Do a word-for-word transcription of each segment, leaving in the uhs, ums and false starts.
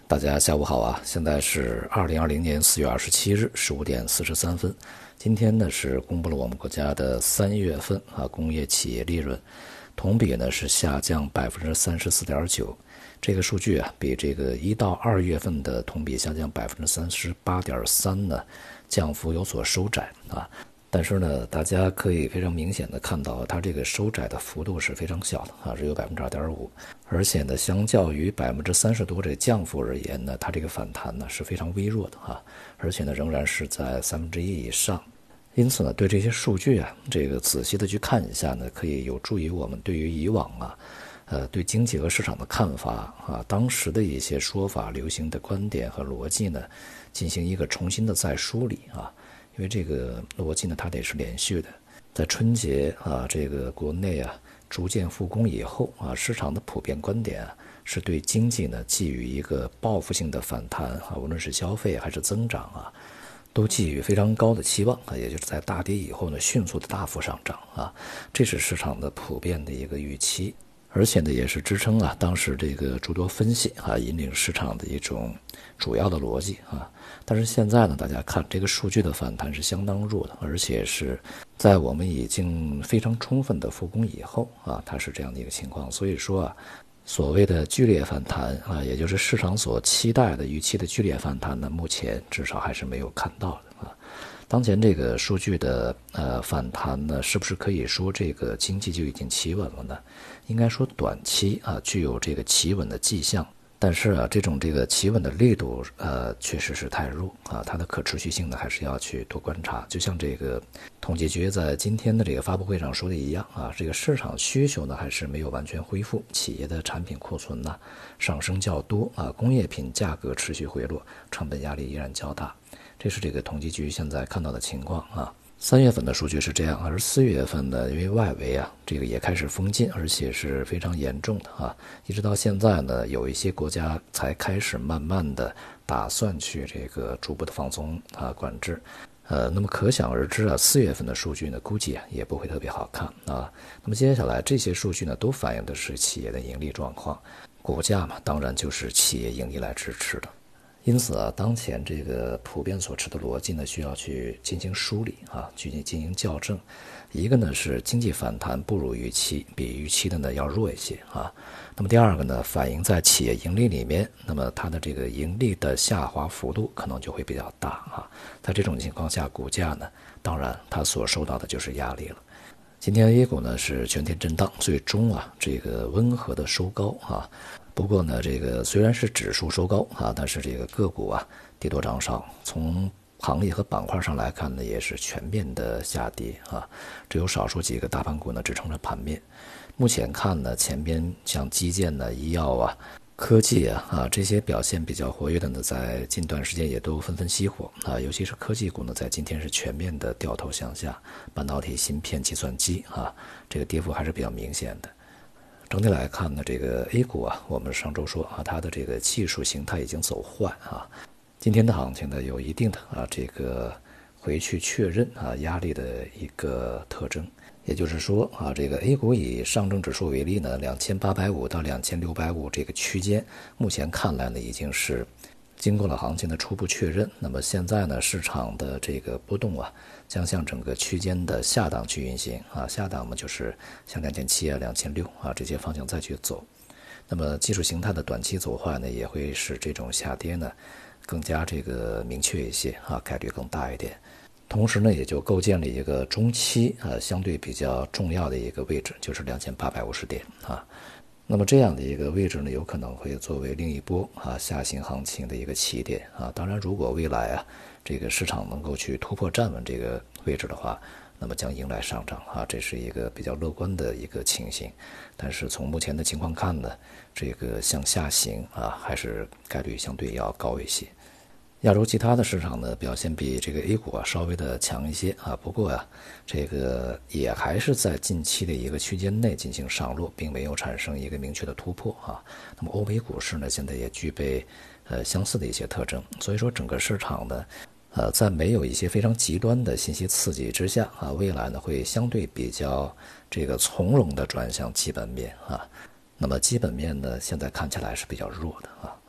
大家下午好啊！现在是二零二零年四月二十七日十五点四十三分。今天呢是公布了我们国家的三月份啊工业企业利润，同比呢是下降百分之三十四点九。这个数据啊比这个一到二月份的同比下降百分之三十八点三呢降幅有所收窄啊。但是呢，大家可以非常明显的看到，它这个收窄的幅度是非常小的啊，只有百分之二点五，而且呢，相较于百分之三十多这降幅而言呢，它这个反弹呢是非常微弱的啊，而且呢，仍然是在三分之一以上。因此呢，对这些数据啊，这个仔细的去看一下呢，可以有助于我们对于以往啊，呃，对经济和市场的看法啊，当时的一些说法、流行的观点和逻辑呢，进行一个重新的再梳理啊。因为这个逻辑呢，它得是连续的。在春节啊，这个国内啊逐渐复工以后啊，市场的普遍观点啊，是对经济呢寄予一个报复性的反弹啊，无论是消费还是增长啊，都寄予非常高的期望啊，也就是在大跌以后呢，迅速的大幅上涨啊，这是市场的普遍的一个预期。而且呢，也是支撑啊当时这个诸多分析啊引领市场的一种主要的逻辑啊。但是现在呢，大家看这个数据的反弹是相当弱的，而且是在我们已经非常充分的复工以后啊，它是这样的一个情况。所以说啊，所谓的剧烈反弹啊，也就是市场所期待的预期的剧烈反弹呢，目前至少还是没有看到的啊。当前这个数据的呃反弹呢，是不是可以说这个经济就已经企稳了呢？应该说短期啊具有这个企稳的迹象，但是啊这种这个企稳的力度呃确实是太弱啊，它的可持续性呢还是要去多观察。就像这个统计局在今天的这个发布会上说的一样啊，这个市场需求呢还是没有完全恢复，企业的产品库存呢上升较多啊，工业品价格持续回落，成本压力依然较大。这是这个统计局现在看到的情况啊。三月份的数据是这样，而四月份呢，因为外围啊，这个也开始封禁，而且是非常严重的啊。一直到现在呢，有一些国家才开始慢慢的打算去这个逐步的放松啊管制。呃，那么可想而知啊，四月份的数据呢，估计啊也不会特别好看啊。那么接下来这些数据呢，都反映的是企业的盈利状况，股价嘛，当然就是企业盈利来支持的。因此啊，当前这个普遍所持的逻辑呢，需要去进行梳理啊，去进行校正。一个呢是经济反弹不如预期，比预期的呢要弱一些啊。那么第二个呢，反映在企业盈利里面，那么它的这个盈利的下滑幅度可能就会比较大啊。在这种情况下，股价呢，当然它所受到的就是压力了。今天 A 股呢是全天震荡，最终啊这个温和的收高啊。不过呢，这个虽然是指数收高啊，但是这个个股啊跌多涨少，从行业和板块上来看呢，也是全面的下跌啊，只有少数几个大盘股呢支撑着盘面。目前看呢，前边像基建呢、医药啊、科技啊啊这些表现比较活跃的呢，在近段时间也都纷纷熄火啊，尤其是科技股呢，在今天是全面的掉头向下，半导体、芯片、计算机啊，这个跌幅还是比较明显的。整体来看呢，这个 A 股啊，我们上周说啊，它的这个技术形态已经走坏啊。今天的行情呢，有一定的啊这个回去确认啊压力的一个特征。也就是说啊，这个 A 股以上证指数为例呢，两千八百五到两千六百五这个区间，目前看来呢，已经是经过了行情的初步确认。那么现在呢，市场的这个波动啊，将向整个区间的下档去运行啊，下档嘛就是向两千七啊、两千六啊这些方向再去走。那么技术形态的短期走坏呢，也会使这种下跌呢更加这个明确一些啊，概率更大一点。同时呢，也就构建了一个中期啊相对比较重要的一个位置，就是两千八百五十点啊。那么这样的一个位置呢，有可能会作为另一波啊下行行情的一个起点啊。当然，如果未来啊这个市场能够去突破站稳这个位置的话，那么将迎来上涨啊，这是一个比较乐观的一个情形。但是从目前的情况看呢，这个向下行啊还是概率相对要高一些。亚洲其他的市场呢表现比这个 A 股啊稍微的强一些啊，不过啊这个也还是在近期的一个区间内进行上落，并没有产生一个明确的突破啊。那么欧美股市呢现在也具备呃相似的一些特征，所以说整个市场呢呃在没有一些非常极端的信息刺激之下啊，未来呢会相对比较这个从容的转向基本面啊。那么基本面呢现在看起来是比较弱的啊。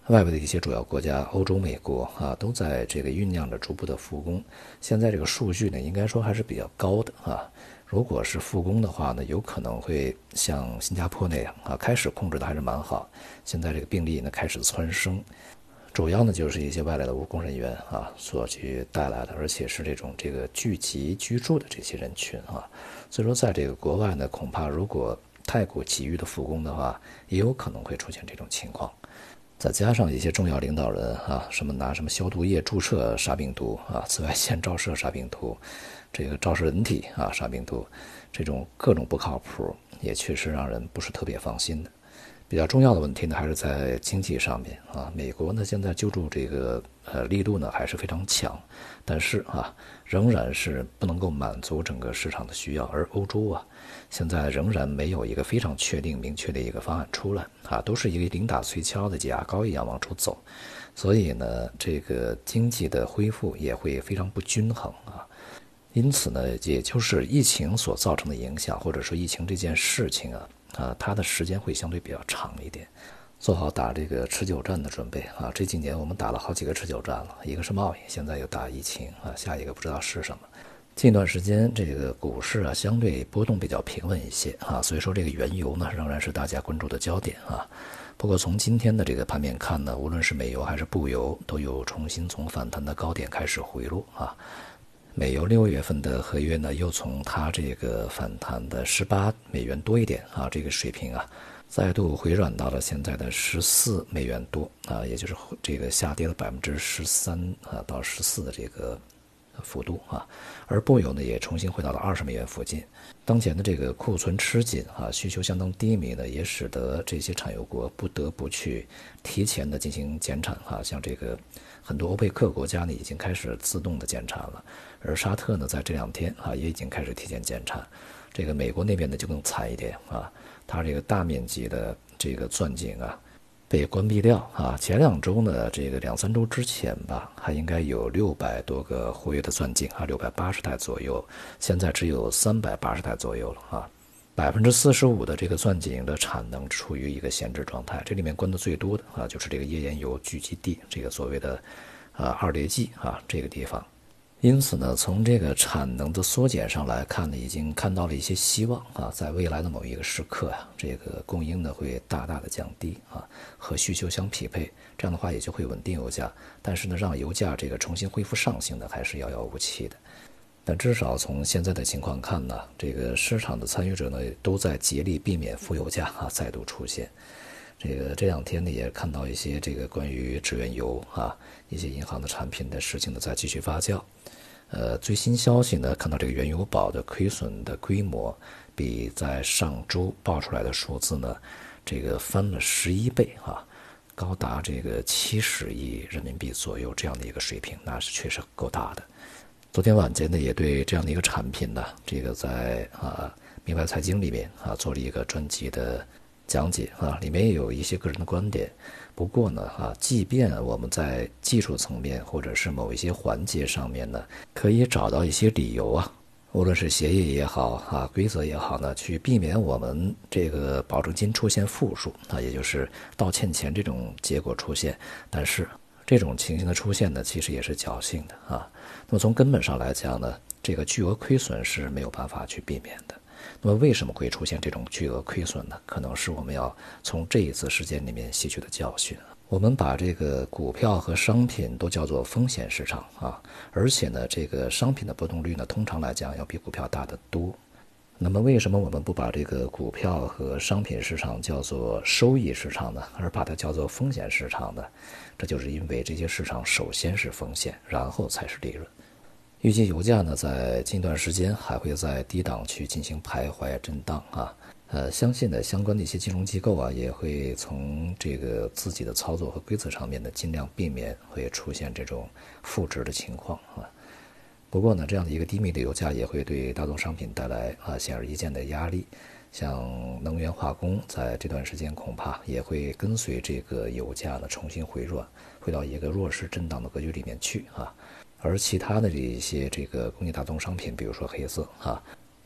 外围的一些主要国家，欧洲、美国啊，都在这个酝酿着逐步的复工。现在这个数据呢，应该说还是比较高的啊。如果是复工的话呢，有可能会像新加坡那样啊，开始控制的还是蛮好。现在这个病例呢开始蹿升，主要呢就是一些外来的务工人员啊所去带来的，而且是这种这个聚集居住的这些人群啊。所以说，在这个国外呢，恐怕如果太过急于的复工的话，也有可能会出现这种情况。再加上一些重要领导人啊，什么拿什么消毒液注射杀病毒啊，紫外线照射杀病毒，这个照射人体啊杀病毒，这种各种不靠谱，也确实让人不是特别放心的。比较重要的问题呢，还是在经济上面啊。美国呢现在救助这个呃力度呢还是非常强，但是啊仍然是不能够满足整个市场的需要。而欧洲啊现在仍然没有一个非常确定明确的一个方案出来啊，都是一个零打碎敲的挤牙膏一样往出走，所以呢这个经济的恢复也会非常不均衡啊。因此呢，也就是疫情所造成的影响，或者说疫情这件事情啊，啊，它的时间会相对比较长一点，做好打这个持久战的准备啊。这几年我们打了好几个持久战了，一个是贸易，现在又打疫情啊，下一个不知道是什么。近段时间这个股市啊，相对波动比较平稳一些啊，所以说这个原油呢，仍然是大家关注的焦点啊。不过从今天的这个盘面看呢，无论是美油还是布油，都有重新从反弹的高点开始回落啊。美油六月份的合约呢，又从它这个反弹的十八美元多一点啊这个水平啊，再度回软到了现在的十四美元多啊，也就是这个下跌了百分之十三啊到十四的这个幅度啊。而布油呢也重新回到了二十美元附近。当前的这个库存吃紧啊，需求相当低迷呢，也使得这些产油国不得不去提前的进行减产啊，像这个很多欧佩克国家呢已经开始自动的减产了。而沙特呢，在这两天啊，也已经开始提前减产。这个美国那边呢就更惨一点啊，它这个大面积的这个钻井啊被关闭掉啊。前两周呢，这个两三周之前吧，还应该有六百多个活跃的钻井啊，六百八十台左右，现在只有三百八十台左右了啊。百分之四十五的这个钻井的产能处于一个闲置状态，这里面关的最多的啊，就是这个页岩油聚集地，这个所谓的啊二叠纪啊这个地方。因此呢，从这个产能的缩减上来看呢，已经看到了一些希望啊，在未来的某一个时刻啊，这个供应呢会大大的降低啊，和需求相匹配，这样的话也就会稳定油价。但是呢，让油价这个重新恢复上行呢，还是遥遥无期的。但至少从现在的情况看呢，这个市场的参与者呢都在竭力避免负油价啊再度出现。这个这两天呢也看到一些这个关于支援油啊一些银行的产品的事情呢在继续发酵。呃，最新消息呢，看到这个原油宝的亏损的规模比在上周报出来的数字呢，这个翻了十一倍啊，高达这个七十亿人民币左右这样的一个水平，那是确实够大的。昨天晚间呢，也对这样的一个产品呢，这个在啊明白财经里面啊做了一个专辑的讲解啊，里面也有一些个人的观点。不过呢啊，即便我们在技术层面或者是某一些环节上面呢，可以找到一些理由啊，无论是协议也好啊，规则也好呢，去避免我们这个保证金出现负数啊，也就是倒欠钱这种结果出现。但是这种情形的出现呢，其实也是侥幸的啊。那么从根本上来讲呢，这个巨额亏损是没有办法去避免的。那么为什么会出现这种巨额亏损呢？可能是我们要从这一次事件里面吸取的教训。我们把这个股票和商品都叫做风险市场啊，而且呢，这个商品的波动率呢，通常来讲要比股票大得多。那么为什么我们不把这个股票和商品市场叫做收益市场呢，而把它叫做风险市场呢？这就是因为这些市场首先是风险，然后才是利润。预计油价呢，在近段时间还会在低档去进行徘徊震荡啊。呃，相信呢，相关的一些金融机构啊，也会从这个自己的操作和规则上面呢，尽量避免会出现这种负值的情况啊。不过呢，这样的一个低迷的油价也会对大宗商品带来啊显而易见的压力，像能源化工在这段时间恐怕也会跟随这个油价呢重新回软，回到一个弱势震荡的格局里面去啊。而其他的这一些这个工业大宗商品，比如说黑色啊，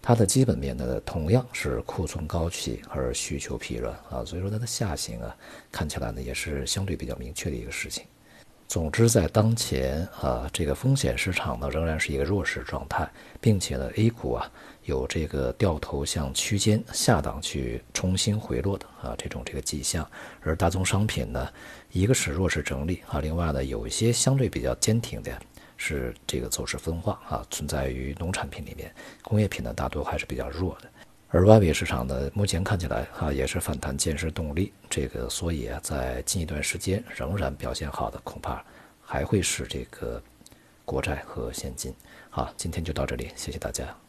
它的基本面呢同样是库存高企而需求疲软啊，所以说它的下行啊看起来呢也是相对比较明确的一个事情。总之，在当前啊，这个风险市场呢仍然是一个弱势状态，并且呢 A 股啊有这个掉头向区间下档去重新回落的啊这种这个迹象，而大宗商品呢，一个是弱势整理啊，另外呢有一些相对比较坚挺的是这个走势分化啊，存在于农产品里面，工业品呢大多还是比较弱的。而外围市场呢，目前看起来啊也是反弹见势动力，这个所以啊，在近一段时间仍然表现好的，恐怕还会是这个国债和现金。好，今天就到这里，谢谢大家。